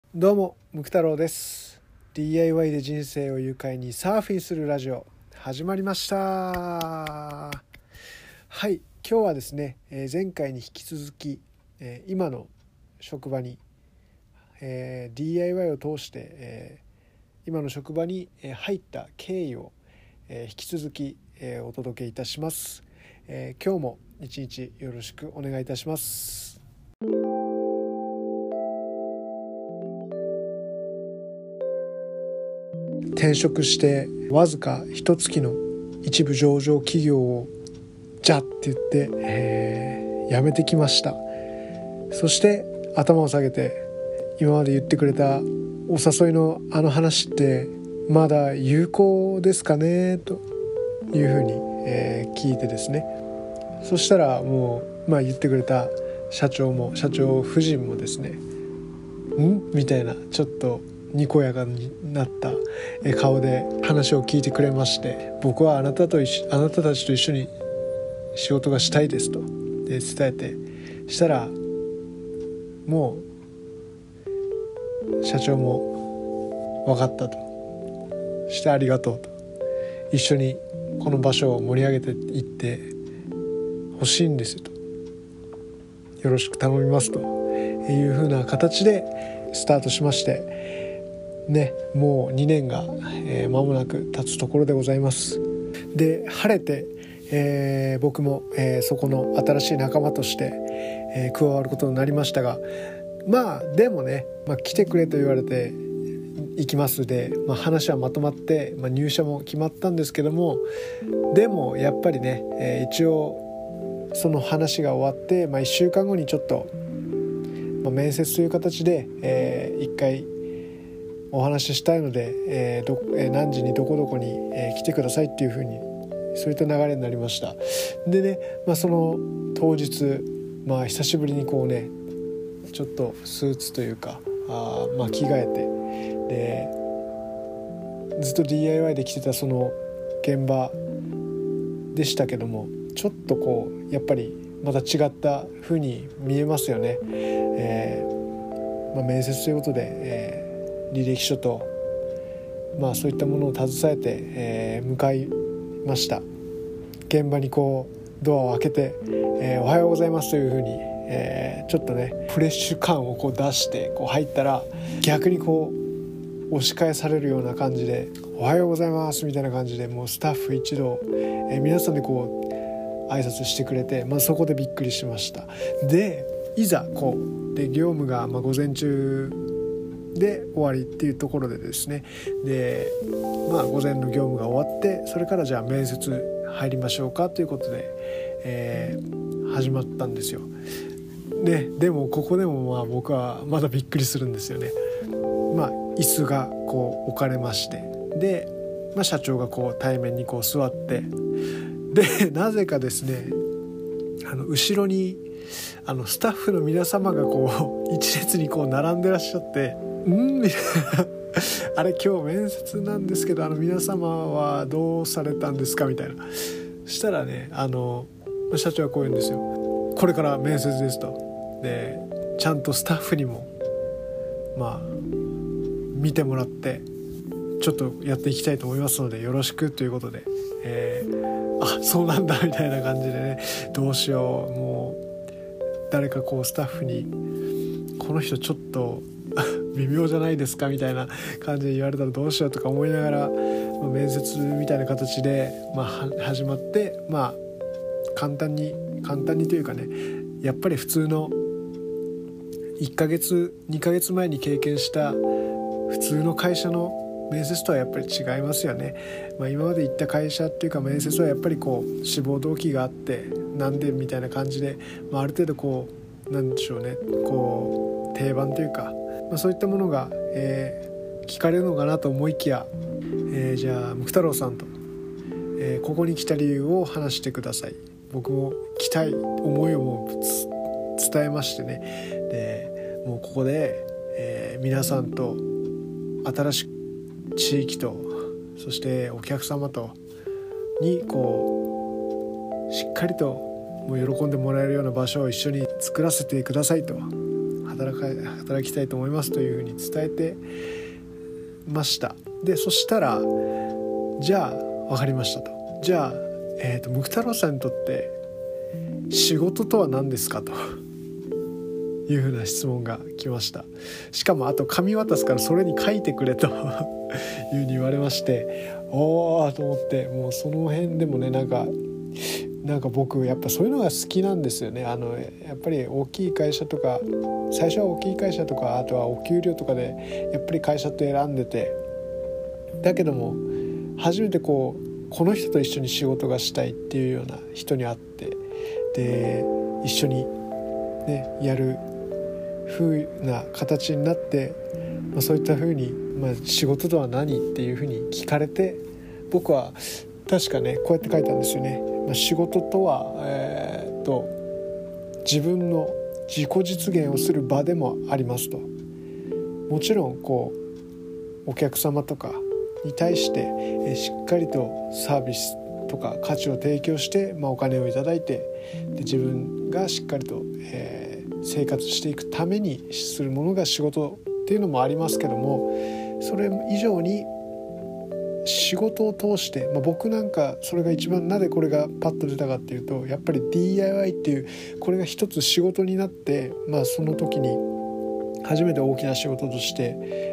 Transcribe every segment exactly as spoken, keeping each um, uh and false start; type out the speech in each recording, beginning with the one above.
どうもムク太郎です。 ディーアイワイ で人生を愉快にサーフィンするラジオ始まりました。はい、今日はですね、えー、前回に引き続き、えー、今の職場に、えー、ディーアイワイ を通して、えー、今の職場に入った経緯を、えー、引き続き、えー、お届けいたします。えー、今日も一日よろしくお願いいたします。転職してわずか一月の一部上場企業をじゃって言って、えー、辞めてきました。そして頭を下げて今まで言ってくれたお誘いのあの話ってまだ有効ですかねというふうに、えー、聞いてですね、そしたらもう、まあ、言ってくれた社長も社長夫人もですね、んみたいなちょっとにこやかになった顔で話を聞いてくれまして、僕はあなたと一緒あなたたちと一緒に仕事がしたいですとで伝えて、したらもう社長も分かったとしてありがとうと、一緒にこの場所を盛り上げていってほしいんですよと、よろしく頼みますという風な形でスタートしましてね、もうにねんが、えー、間もなく経つところでございます。で晴れて、えー、僕も、えー、そこの新しい仲間として、えー、加わることになりましたが、まあでもね、まあ、来てくれと言われて行きますで、まあ、話はまとまって、まあ、入社も決まったんですけども、でもやっぱりね、えー、一応その話が終わって、まあ、いっしゅうかんごにちょっと、まあ、面接という形で、えー、いっかいお話ししたいので、えーどえー、何時にどこどこに、えー、来てくださいっていう風にそういった流れになりました。でね、まあ、その当日、まあ、久しぶりにこうねちょっとスーツというかあ、まあ、着替えてでずっと ディーアイワイ で着てたその現場でしたけども、ちょっとこうやっぱりまた違った風に見えますよね。えーまあ、面接ということで、えー履歴書と、まあ、そういったものを携えて、えー、向かいました。現場にこうドアを開けて、えー、おはようございますというふうに、えー、ちょっとねフレッシュ感をこう出してこう入ったら、逆にこう押し返されるような感じでおはようございますみたいな感じで、もうスタッフ一同、えー、皆さんでこう挨拶してくれて、まあ、そこでびっくりしました。でいざこうで業務が、まあ、午前中で終わりっていうところでですね、でまあ午前の業務が終わって、それからじゃあ面接入りましょうかということで、えー、始まったんですよ。ででもここでもまあ僕はまだびっくりするんですよね。まあ椅子がこう置かれまして、で、まあ、社長がこう対面にこう座って、でなぜかですね、あの後ろにあのスタッフの皆様がこう一列にこう並んでらっしゃって、んみたいなあれ今日面接なんですけど、あの皆様はどうされたんですかみたいな。したらね、あの社長はこう言うんですよ。これから面接ですと。でちゃんとスタッフにもまあ見てもらってちょっとやっていきたいと思いますのでよろしくということで、えー、あそうなんだみたいな感じでね、どうしよう、もう誰かこうスタッフにこの人ちょっと微妙じゃないですかみたいな感じで言われたらどうしようとか思いながら、まあ、面接みたいな形で、まあ、始まって、まあ簡単に簡単にというかね、やっぱり普通のいっかげつにかげつまえに経験した普通の会社の面接とはやっぱり違いますよね。まあ、今まで行った会社っていうか面接はやっぱりこう志望動機があってなんでみたいな感じで、まあ、ある程度こうなんでしょうね、こう定番というか、まあ、そういったものが、えー、聞かれるのかなと思いきや、えー、じゃあムク太郎さんと、えー、ここに来た理由を話してください。僕も来たい思いをもう伝えましてね、でもうここで、えー、皆さんと新しい地域とそしてお客様とにしっかりともう喜んでもらえるような場所を一緒に作らせてくださいと、働働か働きたいと思いますというふうに伝えてました。でそしたらじゃあ分かりましたと、じゃあ、えーと、ムク太郎さんにとって仕事とは何ですかというふうな質問が来ました。しかもあと紙渡すからそれに書いてくれというふうに言われまして、おーと思って、もうその辺でもねなんかなんか僕やっぱそういうのが好きなんですよね。あのやっぱり大きい会社とか、最初は大きい会社とか、あとはお給料とかでやっぱり会社って選んでて、だけども初めてこうこの人と一緒に仕事がしたいっていうような人に会って、で一緒にねやる風な形になって、まあ、そういった風に、まあ、仕事とは何っていう風に聞かれて、僕は確かねこうやって書いたんですよね。まあ、仕事とは、えー、っと自分の自己実現をする場でもありますと。もちろんこうお客様とかに対して、えー、しっかりとサービスとか価値を提供して、まあ、お金をいただいて、で自分がしっかりと、えー、生活していくためにするものが仕事っていうのもありますけども、それ以上に仕事を通して、まあ、僕なんかそれが一番なぜこれがパッと出たかっていうと、やっぱり ディーアイワイ っていうこれが一つ仕事になって、まあ、その時に初めて大きな仕事として、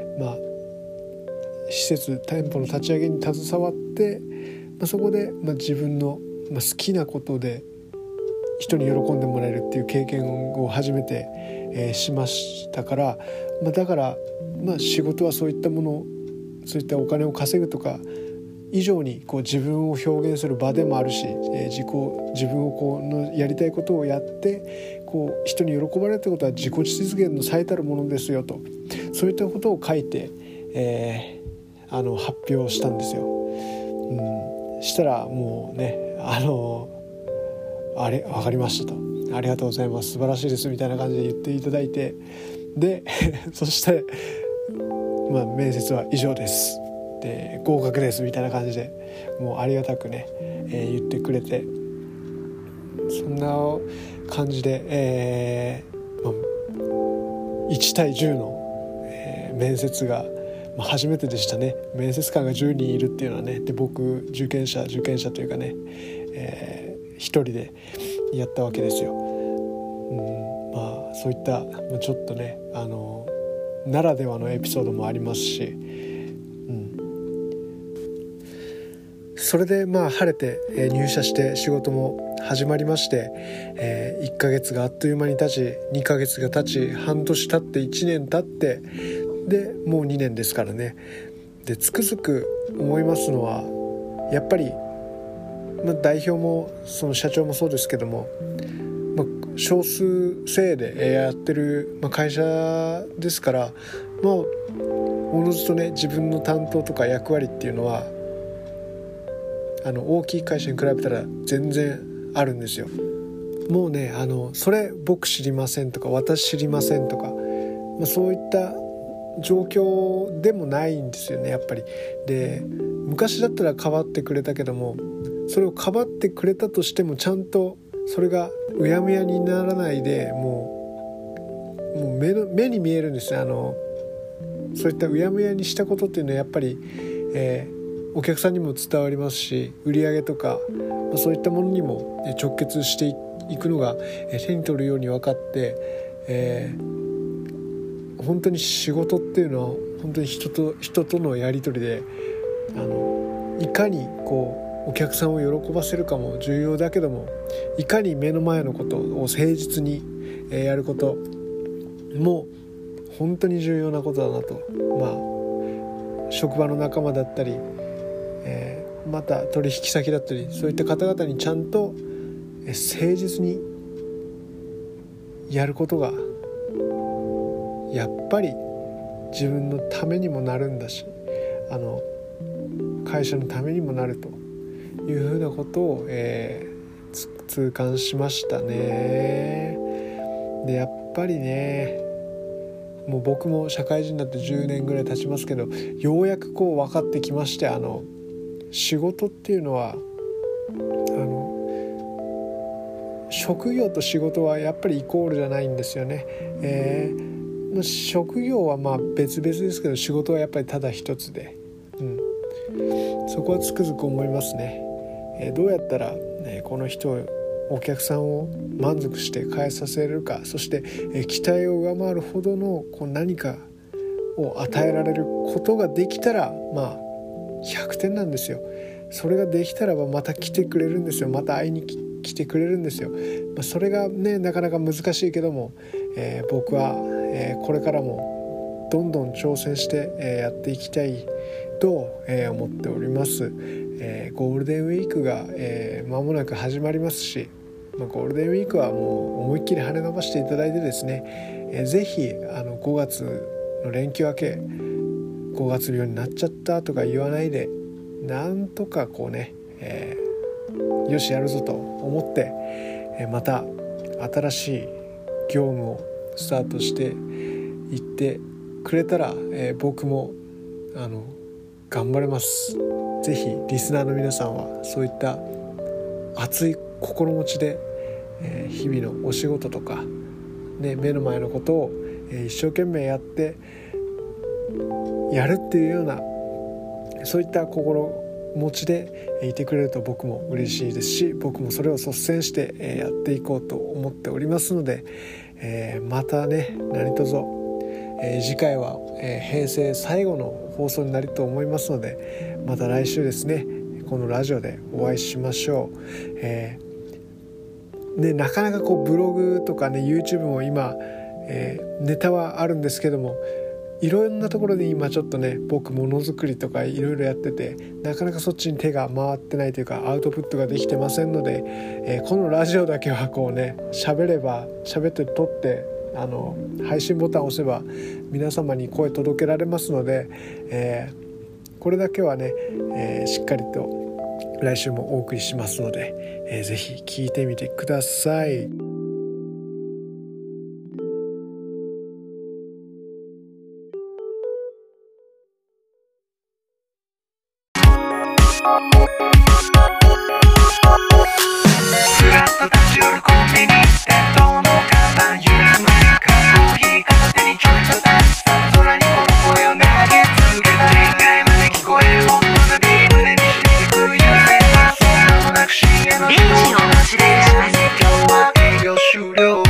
まあ、施設店舗の立ち上げに携わって、まあ、そこで、まあ、自分の、まあ、好きなことで人に喜んでもらえるっていう経験を初めて、えー、しましたから、まあ、だから、まあ、仕事はそういったもの、そういったお金を稼ぐとか以上にこう自分を表現する場でもあるし、えー、自己自分をこうのやりたいことをやってこう人に喜ばれるということは自己実現の最たるものですよと、そういったことを書いて、えー、あの発表したんですよ。うん、したらもうねあのあれ分かりましたと、ありがとうございます、素晴らしいですみたいな感じで言っていただいて、でそしてまあ、面接は以上ですで合格ですみたいな感じでもうありがたくね、えー、言ってくれて、そんな感じで、えーまあ、いち対じゅうの、えー、面接が、まあ、初めてでしたね。面接官がじゅうにんいるっていうのはね、で僕受験者受験者というかね、えー、一人でやったわけですよ。うん、まあそういった、まあ、ちょっとねあのならではのエピソードもありますし、うん、それでまあ晴れて、えー、入社して仕事も始まりまして、えー、いっかげつがあっという間に経ち、にかげつが経ち、半年経っていちねん経って、でもうにねんですからね。でつくづく思いますのはやっぱり、まあ、代表もその社長もそうですけども、まあ、少数制でやってる会社ですから、まあ、おのずとね自分の担当とか役割っていうのはあの大きい会社に比べたら全然あるんですよ。もうねあのそれ僕知りませんとか私知りませんとか、まあ、そういった状況でもないんですよねやっぱり。で昔だったらかばってくれたけども、それをかばってくれたとしてもちゃんとそれがうやむやにならないで、もう、もう 目の、目に見えるんですね。あのそういったうやむやにしたことっていうのはやっぱり、えー、お客さんにも伝わりますし、売り上げとか、まあ、そういったものにも直結していくのが手に取るように分かって、えー、本当に仕事っていうのは本当に人と人とのやり取りで、あのいかにこうお客さんを喜ばせるかも重要だけども、いかに目の前のことを誠実にやることも本当に重要なことだなと。まあ職場の仲間だったり、えー、また取引先だったり、そういった方々にちゃんと誠実にやることがやっぱり自分のためにもなるんだし、あの会社のためにもなるというふうなことを、えー、痛感しましたね。でやっぱりね、もう僕も社会人になってじゅうねんぐらい経ちますけど、ようやくこう分かってきまして、あの仕事っていうのはあの職業と仕事はやっぱりイコールじゃないんですよね。えーまあ、職業はまあ別々ですけど仕事はやっぱりただ一つで、うん、そこはつくづく思いますね。えー、どうやったら、ね、この人お客さんを満足して返させるか、そして、えー、期待を上回るほどのこう何かを与えられることができたらまあひゃくてんなんですよ。それができたらばまた来てくれるんですよ。また会いに来てくれるんですよ。まあ、それがねなかなか難しいけども、えー、僕は、えー、これからもどんどん挑戦して、えー、やっていきたいと、えー、思っております。えー、ゴールデンウィークが、えー、間もなく始まりますし、まあ、ゴールデンウィークはもう思いっきり跳ね伸ばしていただいてですね、えー、ぜひあのごがつの連休明けごがつ病になっちゃったとか言わないで、なんとかこうね、えー、よしやるぞと思って、えー、また新しい業務をスタートしていってくれたら、えー、僕もあの頑張れます。ぜひリスナーの皆さんはそういった熱い心持ちで、えー、日々のお仕事とか、ね、目の前のことを、えー、一生懸命やってやるっていうようなそういった心持ちでいてくれると僕も嬉しいですし、僕もそれを率先してやっていこうと思っておりますので、えー、またね何卒、えー、次回は、えー、平成最後の放送になると思いますので、また来週ですねこのラジオでお会いしましょう。えーね、なかなかこうブログとかね YouTube も今、えー、ネタはあるんですけども、いろんなところで今ちょっとね僕ものづくりとかいろいろやっててなかなかそっちに手が回ってないというかアウトプットができてませんので、えー、このラジオだけはこうね喋れば喋って撮ってあの配信ボタンを押せば皆様に声届けられますので、えー、これだけはね、えー、しっかりと来週もお送りしますので、えー、ぜひ聞いてみてください。 ふらっと立ち寄るコンビニ、伝統の看板揺らぐ中、コーヒー片手にちょいとたくさん空にこの声を投げ続けた限界まで聞こえる音がビームで満ちていく優先はそんなもなく深夜の人を走り出します。今日は営業終了。